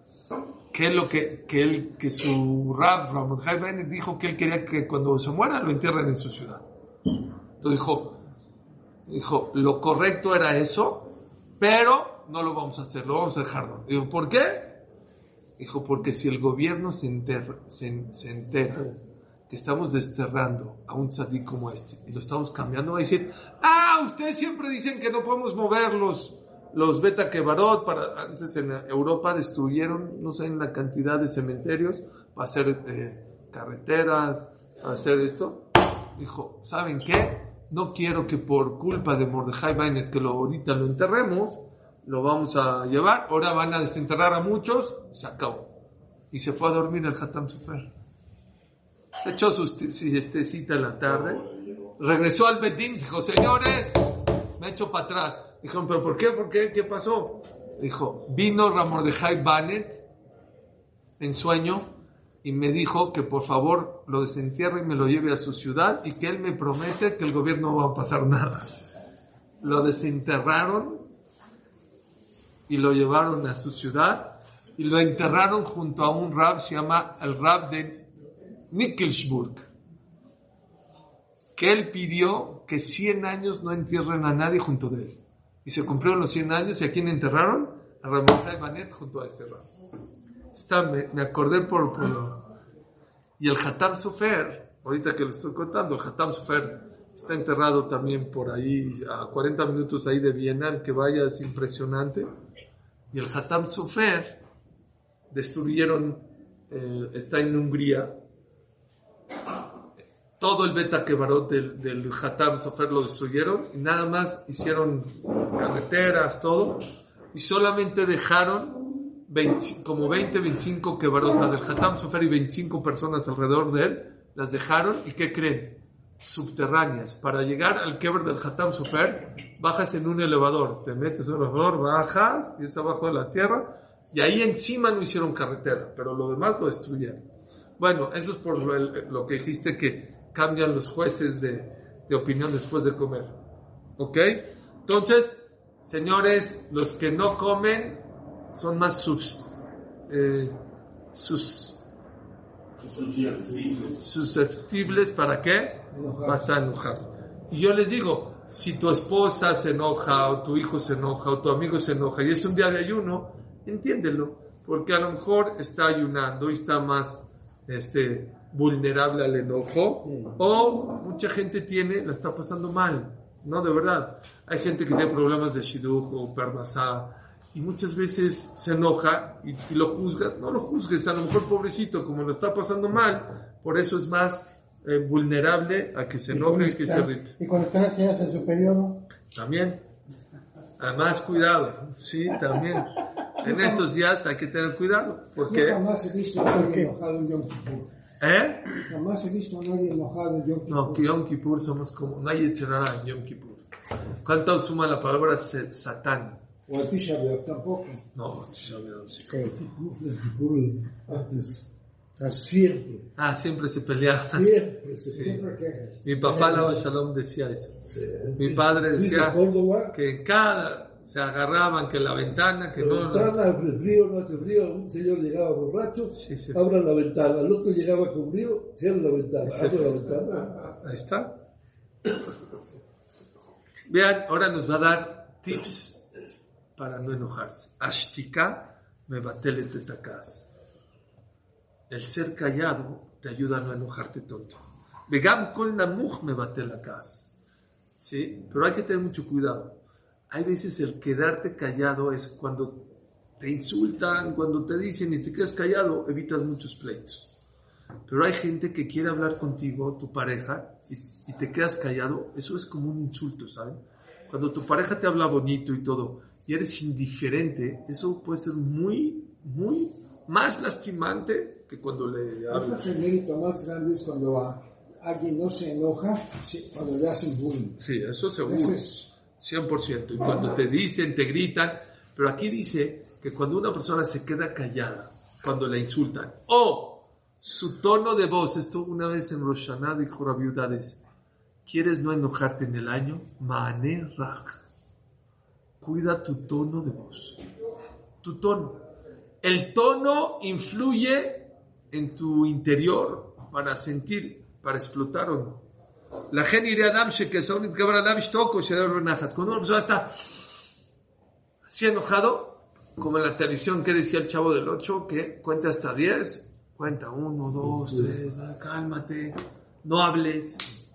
[SPEAKER 1] que su Rav Mordechai Bennett dijo que él quería que cuando se muera lo entierren en su ciudad. Entonces dijo, lo correcto era eso, pero no lo vamos a hacer, lo vamos a dejarlo. Dijo, ¿por qué? Dijo, porque si el gobierno se entera que estamos desterrando a un tzadik como este y lo estamos cambiando, va a decir, ustedes siempre dicen que no podemos mover los Beta Kebarot. Antes en Europa destruyeron, no sé, en la cantidad de cementerios para hacer carreteras, para hacer esto. Dijo, ¿saben qué? No quiero que por culpa de Mordechai Bennett, que ahorita lo enterremos, lo vamos a llevar, ahora van a desenterrar a muchos, se acabó. Y se fue a dormir el Hatam Sofer. Se echó su siestecita en la tarde, regresó al Bedín, dijo, señores, me echo para atrás. Dijeron, ¿pero por qué? ¿Por qué? ¿Qué pasó? Dijo, vino Mordechai Bennett en sueño y me dijo que por favor lo desentierre y me lo lleve a su ciudad y que él me promete que el gobierno no va a pasar nada. Lo desenterraron y lo llevaron a su ciudad y lo enterraron junto a un rab, se llama el rab de Nickelsburg, que él pidió que 100 años no entierren a nadie junto de él. Y se cumplieron los 100 años, ¿y a quién enterraron? A Mordechai Bennett junto a este rab. Me acordé y el Hatam Sofer, ahorita que le estoy contando, el Hatam Sofer está enterrado también por ahí, a 40 minutos ahí de Viena, el que vaya es impresionante. Y el Hatam Sofer destruyeron, está en Hungría, todo el Beta Kebarot del Hatam Sofer lo destruyeron y nada más hicieron carreteras, todo, y solamente dejaron como 25 Kebarot del Hatam Sofer y 25 personas alrededor de él, las dejaron, y ¿qué creen? subterráneas. Para llegar al Kever del Hatam Sofer, bajas en un elevador, te metes en el elevador, bajas, y es abajo de la tierra, y ahí encima no hicieron carretera, pero lo demás lo destruyeron. Bueno, eso es por lo que dijiste que cambian los jueces de opinión después de comer. ¿Ok? Entonces, señores, los que no comen son más susceptibles. ¿Para qué? Basta enojarse. Y yo les digo, si tu esposa se enoja, o tu hijo se enoja, o tu amigo se enoja, y es un día de ayuno, entiéndelo, porque a lo mejor está ayunando y está más vulnerable al enojo, sí. O mucha gente la está pasando mal, no, de verdad. Hay gente que tiene problemas de shidduch o parnasá, y muchas veces se enoja y lo juzga. No lo juzgues, a lo mejor pobrecito, como lo está pasando mal, por eso es más vulnerable a que se enoje y que se irrite.
[SPEAKER 2] ¿Y cuando están las señoras en su periodo?
[SPEAKER 1] También. Además, cuidado, sí, también. En estos días hay que tener cuidado, porque...
[SPEAKER 4] Yo jamás he visto a nadie enojado en Yom Kippur. Jamás he visto a nadie enojado en Yom Kippur.
[SPEAKER 1] No, que Yom Kippur somos como... No hay echará en Yom Kippur. ¿Cuánto suma la palabra Satán?
[SPEAKER 4] O el Tisha B'Av tampoco.
[SPEAKER 1] No, Tisha B'Av sí. Siempre se peleaba. Siempre. Mi papá, Lava Shalom, decía eso. Sí. Mi padre decía que en cada... se agarraban que la ventana, que no...
[SPEAKER 5] el frío, no hace frío, un señor llegaba borracho, sí. Abran la ventana, el otro llegaba con frío, cierran la ventana, abran la ventana.
[SPEAKER 1] Ahí está. Vean, ahora nos va a dar tips para no enojarse. Ashtika me batele tetakas. El ser callado te ayuda a no enojarte tonto. Vegam kol namuch me batelakas. Sí, pero hay que tener mucho cuidado. Hay veces el quedarte callado es cuando te insultan, cuando te dicen y te quedas callado, evitas muchos pleitos. Pero hay gente que quiere hablar contigo, tu pareja, y te quedas callado, eso es como un insulto, ¿saben? Cuando tu pareja te habla bonito y todo, y eres indiferente, eso puede ser muy, muy más lastimante que cuando le hablas.
[SPEAKER 4] El mérito más grande es cuando alguien no se enoja, cuando le hacen bullying.
[SPEAKER 1] Sí, eso seguro. 100%. Y cuando te dicen, te gritan, pero aquí dice que cuando una persona se queda callada, cuando la insultan, o su tono de voz, esto una vez en Rosh Hashanah dijo Rabbi Udades, ¿quieres no enojarte en el año? Ma'aneh raj. Cuida tu tono de voz. Tu tono. El tono influye en tu interior para sentir, para explotar o no. La gente iría a Damshe que son cuando una persona está así enojado, como en la televisión que decía el Chavo del 8, que cuenta hasta 10, cuenta 1, 2, 3, cálmate, no hables,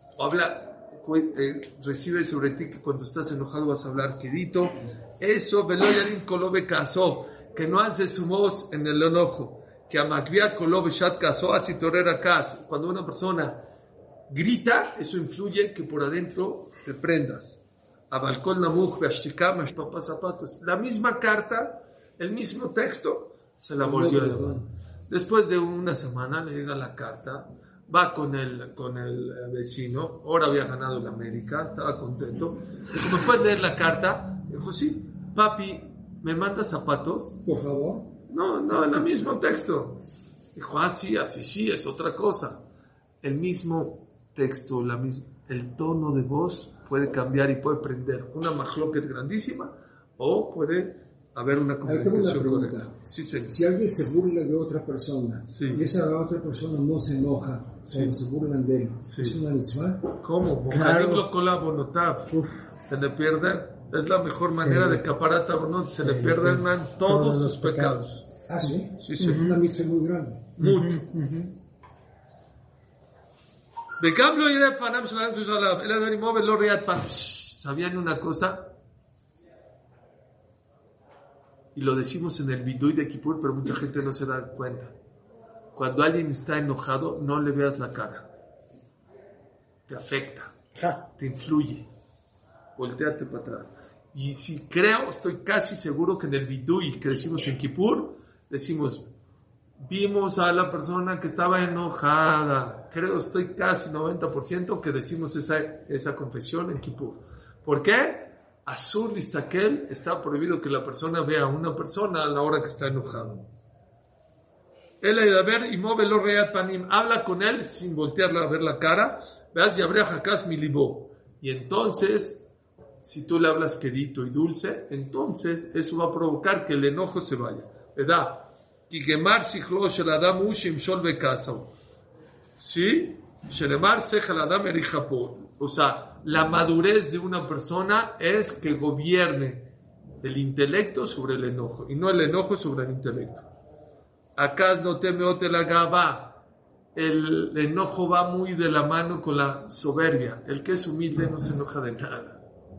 [SPEAKER 1] recibe sobre ti que cuando estás enojado vas a hablar quedito. Eso, Veloyarin Kolobe casó, que no alce su voz en el enojo, que Amakvia Kolobe Shat casó, así torera cas. Cuando una persona grita, eso influye que por adentro te prendas. A balcón namuj beashtikam papá zapatos. La misma carta, el mismo texto, se la volvió a llevar. Después de una semana le llega la carta, va con el vecino, ahora había ganado el América, estaba contento. Dijo, ¿me puedes leer la carta? Dijo, sí. Papi, ¿me mandas zapatos?
[SPEAKER 4] Por favor.
[SPEAKER 1] No, el mismo texto. Dijo, sí, así sí, es otra cosa. El mismo texto, el tono de voz puede cambiar y puede prender una majloquet grandísima o puede haber una comunicación correcta. Sí,
[SPEAKER 4] si alguien se burla de otra persona y esa otra persona no se enoja cuando se burlan de él, ¿es una mitzvah?
[SPEAKER 1] ¿Cómo?
[SPEAKER 2] Claro.
[SPEAKER 1] Se le pierde, es la mejor manera de caparata, se le pierden todos sus pecados.
[SPEAKER 4] ¿Sí?
[SPEAKER 1] Sí.
[SPEAKER 4] Es una mitzvah muy grande.
[SPEAKER 1] Mucho. ¿Sabían una cosa? Y lo decimos en el Vidui de Kippur, pero mucha gente no se da cuenta. Cuando alguien está enojado, no le veas la cara. Te afecta, te influye. Voltéate para atrás. Y si estoy casi seguro que en el Vidui que decimos en Kippur, decimos, vimos a la persona que estaba enojada, estoy casi 90% que decimos esa confesión en Kippur. ¿Por qué? Asur listakel, está prohibido que la persona vea a una persona a la hora que está enojado. Él ha de ver y móvelo reyat panim, habla con él sin voltearle a ver la cara, veas y abrea jakas milibó. Y entonces, si tú le hablas quedito y dulce, entonces eso va a provocar que el enojo se vaya. ¿Verdad? Y gemar sichlo shel adam hu shimshol bekasau. ¿Sí? Shelemar sechel adam erichapo. O sea, la madurez de una persona es que gobierne el intelecto sobre el enojo y no el enojo sobre el intelecto. Acá no teme ote la gaba. El enojo va muy de la mano con la soberbia. El que es humilde no se enoja de nada.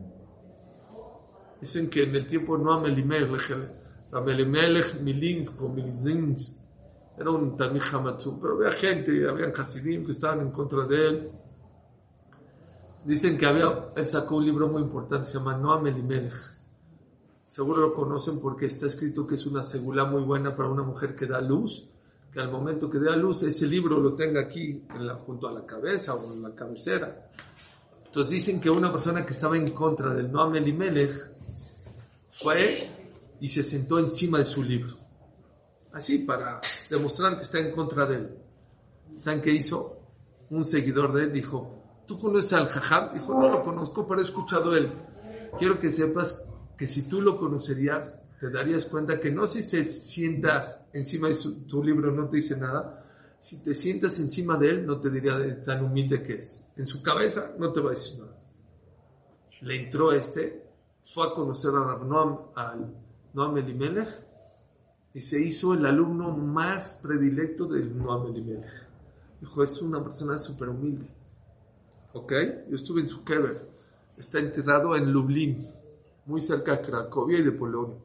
[SPEAKER 1] Dicen que en el tiempo no Elimelech Milinsk era un Tamil Hamatzum, pero había gente, habían Hasidim que estaban en contra de él. Dicen que él sacó un libro muy importante, se llama Noam Elimelech. Seguro lo conocen porque está escrito que es una segula muy buena para una mujer que da luz, que al momento que da luz, ese libro lo tenga aquí junto a la cabeza o en la cabecera. Entonces dicen que una persona que estaba en contra del Noam Elimelech fue y se sentó encima de su libro. Así, para demostrar que está en contra de él. ¿Saben qué hizo? Un seguidor de él dijo, ¿tú conoces al Jajam? Dijo, no lo conozco, pero he escuchado él. Quiero que sepas que si tú lo conocerías, te darías cuenta que no si se sientas encima de tu libro no te dice nada. Si te sientas encima de él, no te diría de tan humilde que es. En su cabeza no te va a decir nada. Le entró fue a conocer al Noam Elimelech y se hizo el alumno más predilecto del Noam Elimelech. Dijo, es una persona súper humilde. ¿Ok? Yo estuve en su kever. Está enterrado en Lublin, muy cerca de Cracovia y de Polonia.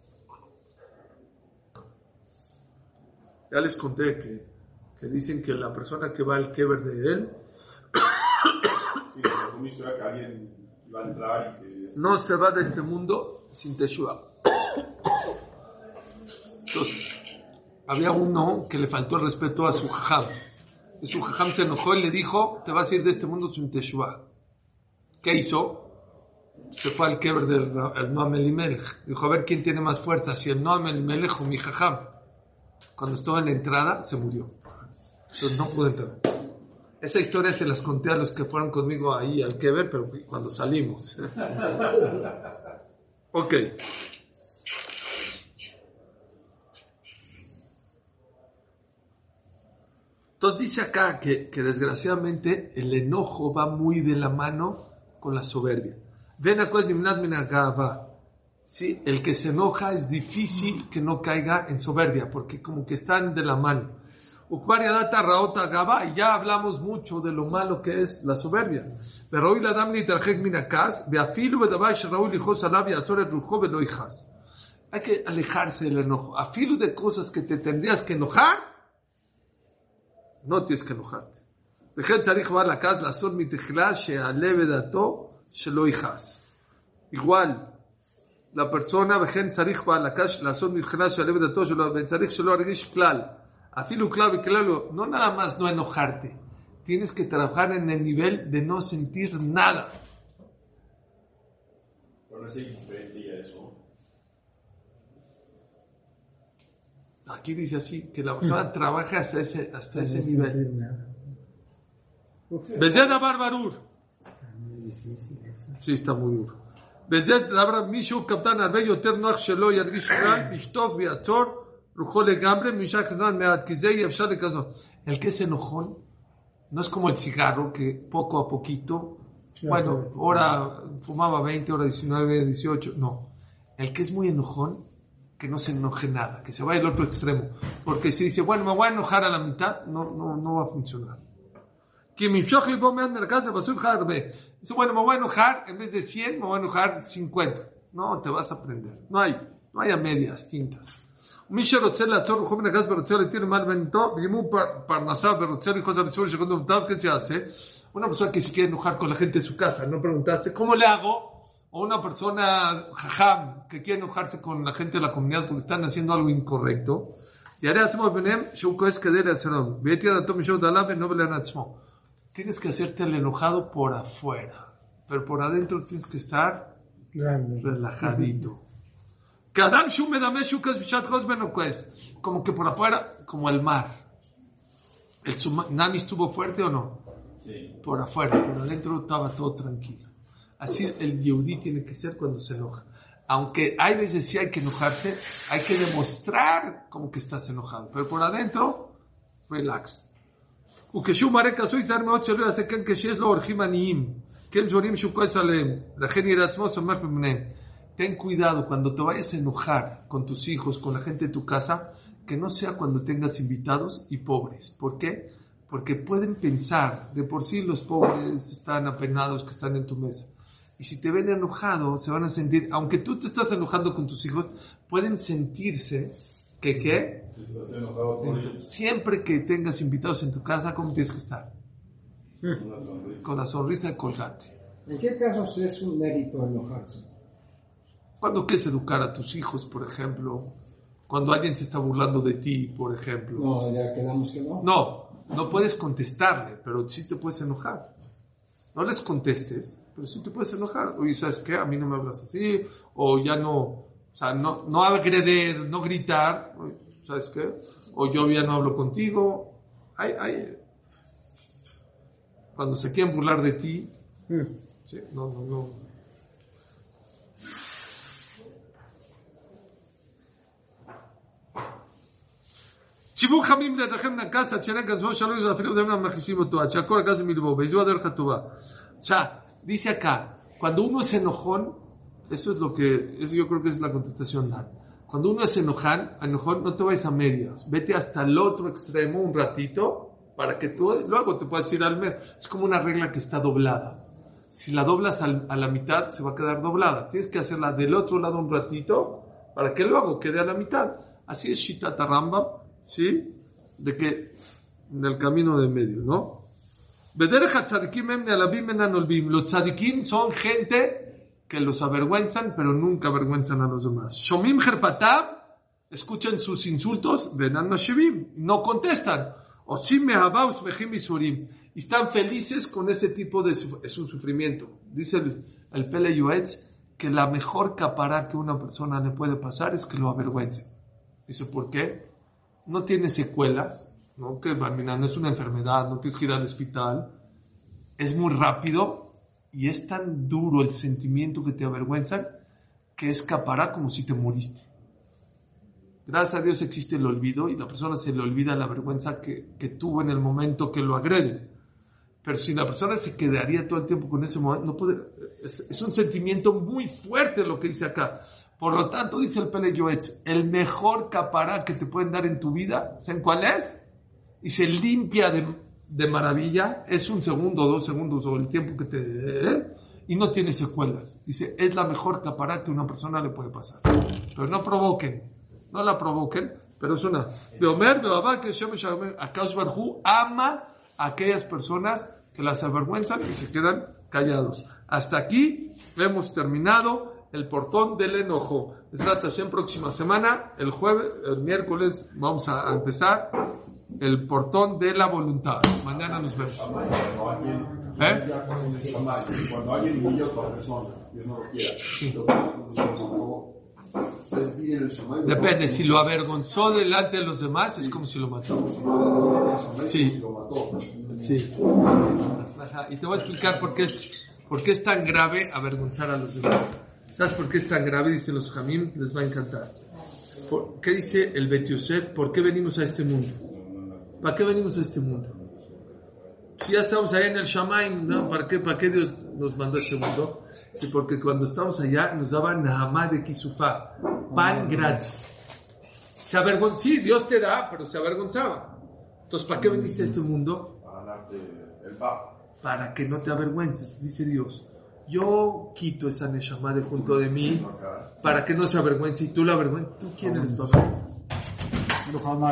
[SPEAKER 1] Ya les conté que dicen que la persona que va al kever de él
[SPEAKER 3] sí, una historia que alguien iba a entrar y que
[SPEAKER 1] no se va de este mundo sin teshuva. Entonces, había uno que le faltó el respeto a su jajam. Y su jajam se enojó y le dijo, te vas a ir de este mundo sin teshuva. ¿Qué hizo? Se fue al kever del Noam Elimelech. Dijo, a ver quién tiene más fuerza, si el Noam Elimelech o mi jajam. Cuando estaba en la entrada, se murió. Entonces no pude entrar. Esa historia se las conté a los que fueron conmigo ahí al kever, pero cuando salimos. Ok. Entonces dice acá que desgraciadamente el enojo va muy de la mano con la soberbia. Ven a cosas nimnat min hagava. ¿Sí? El que se enoja es difícil que no caiga en soberbia, porque como que están de la mano. Y ya hablamos mucho de lo malo que es la soberbia. Hay que alejarse del enojo. A filo de cosas que te tendrías que enojar, no tienes que enojarte. Igual, la persona no nada más no enojarte, tienes que trabajar en el nivel de no sentir nada.
[SPEAKER 3] Pero es diferente eso.
[SPEAKER 1] Aquí dice así, que la persona trabaja hasta ese nivel. Desde la barbarur.
[SPEAKER 2] Está muy difícil eso.
[SPEAKER 1] Sí, está muy duro. Desde la Mishu Captain Arbeyo Ternoach Shelo Yargish Kral Bishtok Beator Rujole Gambre Mishak Nan Meat Kizei Yafshar de Kazon. El que es enojón no es como el cigarro que poco a poquito, bueno, ahora fumaba 20, ahora 19, 18, no. El que es muy enojón, que no se enoje nada, que se vaya al otro extremo. Porque si dice, bueno, me voy a enojar a la mitad, no va a funcionar. Dice, bueno, me voy a enojar, en vez de 100, me voy a enojar 50. No, te vas a aprender. No hay a medias tintas. Una persona que se quiere enojar con la gente de su casa, no preguntaste, ¿cómo le hago? O una persona jajam que quiere enojarse con la gente de la comunidad porque están haciendo algo incorrecto. Tienes que hacerte el enojado por afuera, pero por adentro tienes que estar relajadito. Como que por afuera, como el mar. ¿El tsunami estuvo fuerte o no?
[SPEAKER 3] Sí.
[SPEAKER 1] Por afuera, por adentro estaba todo tranquilo. Así el Yehudí tiene que ser cuando se enoja. Aunque hay veces sí hay que enojarse, hay que demostrar como que estás enojado. Pero por adentro, relax. Ten cuidado cuando te vayas a enojar con tus hijos, con la gente de tu casa, que no sea cuando tengas invitados y pobres. ¿Por qué? Porque pueden pensar, de por sí los pobres están apenados que están en tu mesa. Y si te ven enojado, se van a sentir, aunque tú te estás enojando con tus hijos, pueden sentirse que ¿qué? Siempre que tengas invitados en tu casa, ¿cómo tienes que estar? Con la sonrisa de colgate.
[SPEAKER 4] ¿En qué casos es un mérito enojarse?
[SPEAKER 1] Cuando quieres educar a tus hijos, por ejemplo, cuando alguien se está burlando de ti, por ejemplo.
[SPEAKER 4] No, ya quedamos que no.
[SPEAKER 1] No puedes contestarle, pero sí te puedes enojar. No les contestes, pero sí te puedes enojar. Oye, ¿sabes qué? A mí no me hablas así, o ya no, o sea, no agredir, no gritar, ¿sabes qué? O yo ya no hablo contigo. Cuando se quieren burlar de ti, sí, no. O sea, dice acá, cuando uno es enojón, eso yo creo que es la contestación da. Cuando uno es enojón, no te vayas a medias, vete hasta el otro extremo un ratito, para que tú luego te puedas ir al medio. Es como una regla que está doblada. Si la doblas a la mitad, se va a quedar doblada. Tienes que hacerla del otro lado un ratito, para que luego quede a la mitad. Así es Shitat Rambam, ¿sí? De que en el camino de medio, ¿no? Los tzadikim son gente que los avergüenzan, pero nunca avergüenzan a los demás. Shomim Herpatab, escuchan sus insultos, venan mashivim, no contestan. Osim mehabaus vejim isurim, y están felices con ese tipo de es un sufrimiento. Dice el Pele Yoetz que la mejor capará que una persona le puede pasar es que lo avergüence. Dice, ¿por qué? No tiene secuelas, ¿no? Que no es una enfermedad, no tienes que ir al hospital, es muy rápido y es tan duro el sentimiento que te avergüenza que escapará como si te moriste. Gracias a Dios existe el olvido y la persona se le olvida la vergüenza que tuvo en el momento que lo agreden. Pero si la persona se quedaría todo el tiempo con ese momento, no puede, es un sentimiento muy fuerte lo que dice acá. Por lo tanto, dice el Pele Yoetz, el mejor capará que te pueden dar en tu vida, ¿saben cuál es? Y se limpia de maravilla, es 1 segundo, 2 segundos o el tiempo que te... y no tiene secuelas. Dice, es la mejor capará que una persona le puede pasar. Pero no la provoquen, pero es una... Akadosh Baruj Hu ama a aquellas personas que las avergüenzan y se quedan callados. Hasta aquí hemos terminado el portón del enojo. En próxima semana, el miércoles, vamos a empezar el portón de la voluntad. Mañana nos vemos.
[SPEAKER 3] Cuando alguien humilla a otra persona, Dios no lo quiera.
[SPEAKER 1] Depende, si lo avergonzó delante de los demás, es como si lo mató. Sí. Y te voy a explicar por qué es tan grave avergonzar a los demás. ¿Sabes por qué es tan grave? Dicen los Jamim, les va a encantar. ¿Qué dice el Bet Yosef? ¿Por qué venimos a este mundo? ¿Para qué venimos a este mundo? Si ya estamos allá en el Shamaim, ¿no? ¿Para qué Dios nos mandó a este mundo? Sí, porque cuando estábamos allá nos daban Nahamá de Kisufá, pan gratis. Sí, Dios te da, pero se avergonzaba. Entonces, ¿para qué veniste a este mundo?
[SPEAKER 3] Para darte el pan.
[SPEAKER 1] Para que no te avergüences, dice Dios. Yo quito esa Neshama de junto de mí para que no se avergüence y tú la avergüences. ¿Tú quién eres, papá?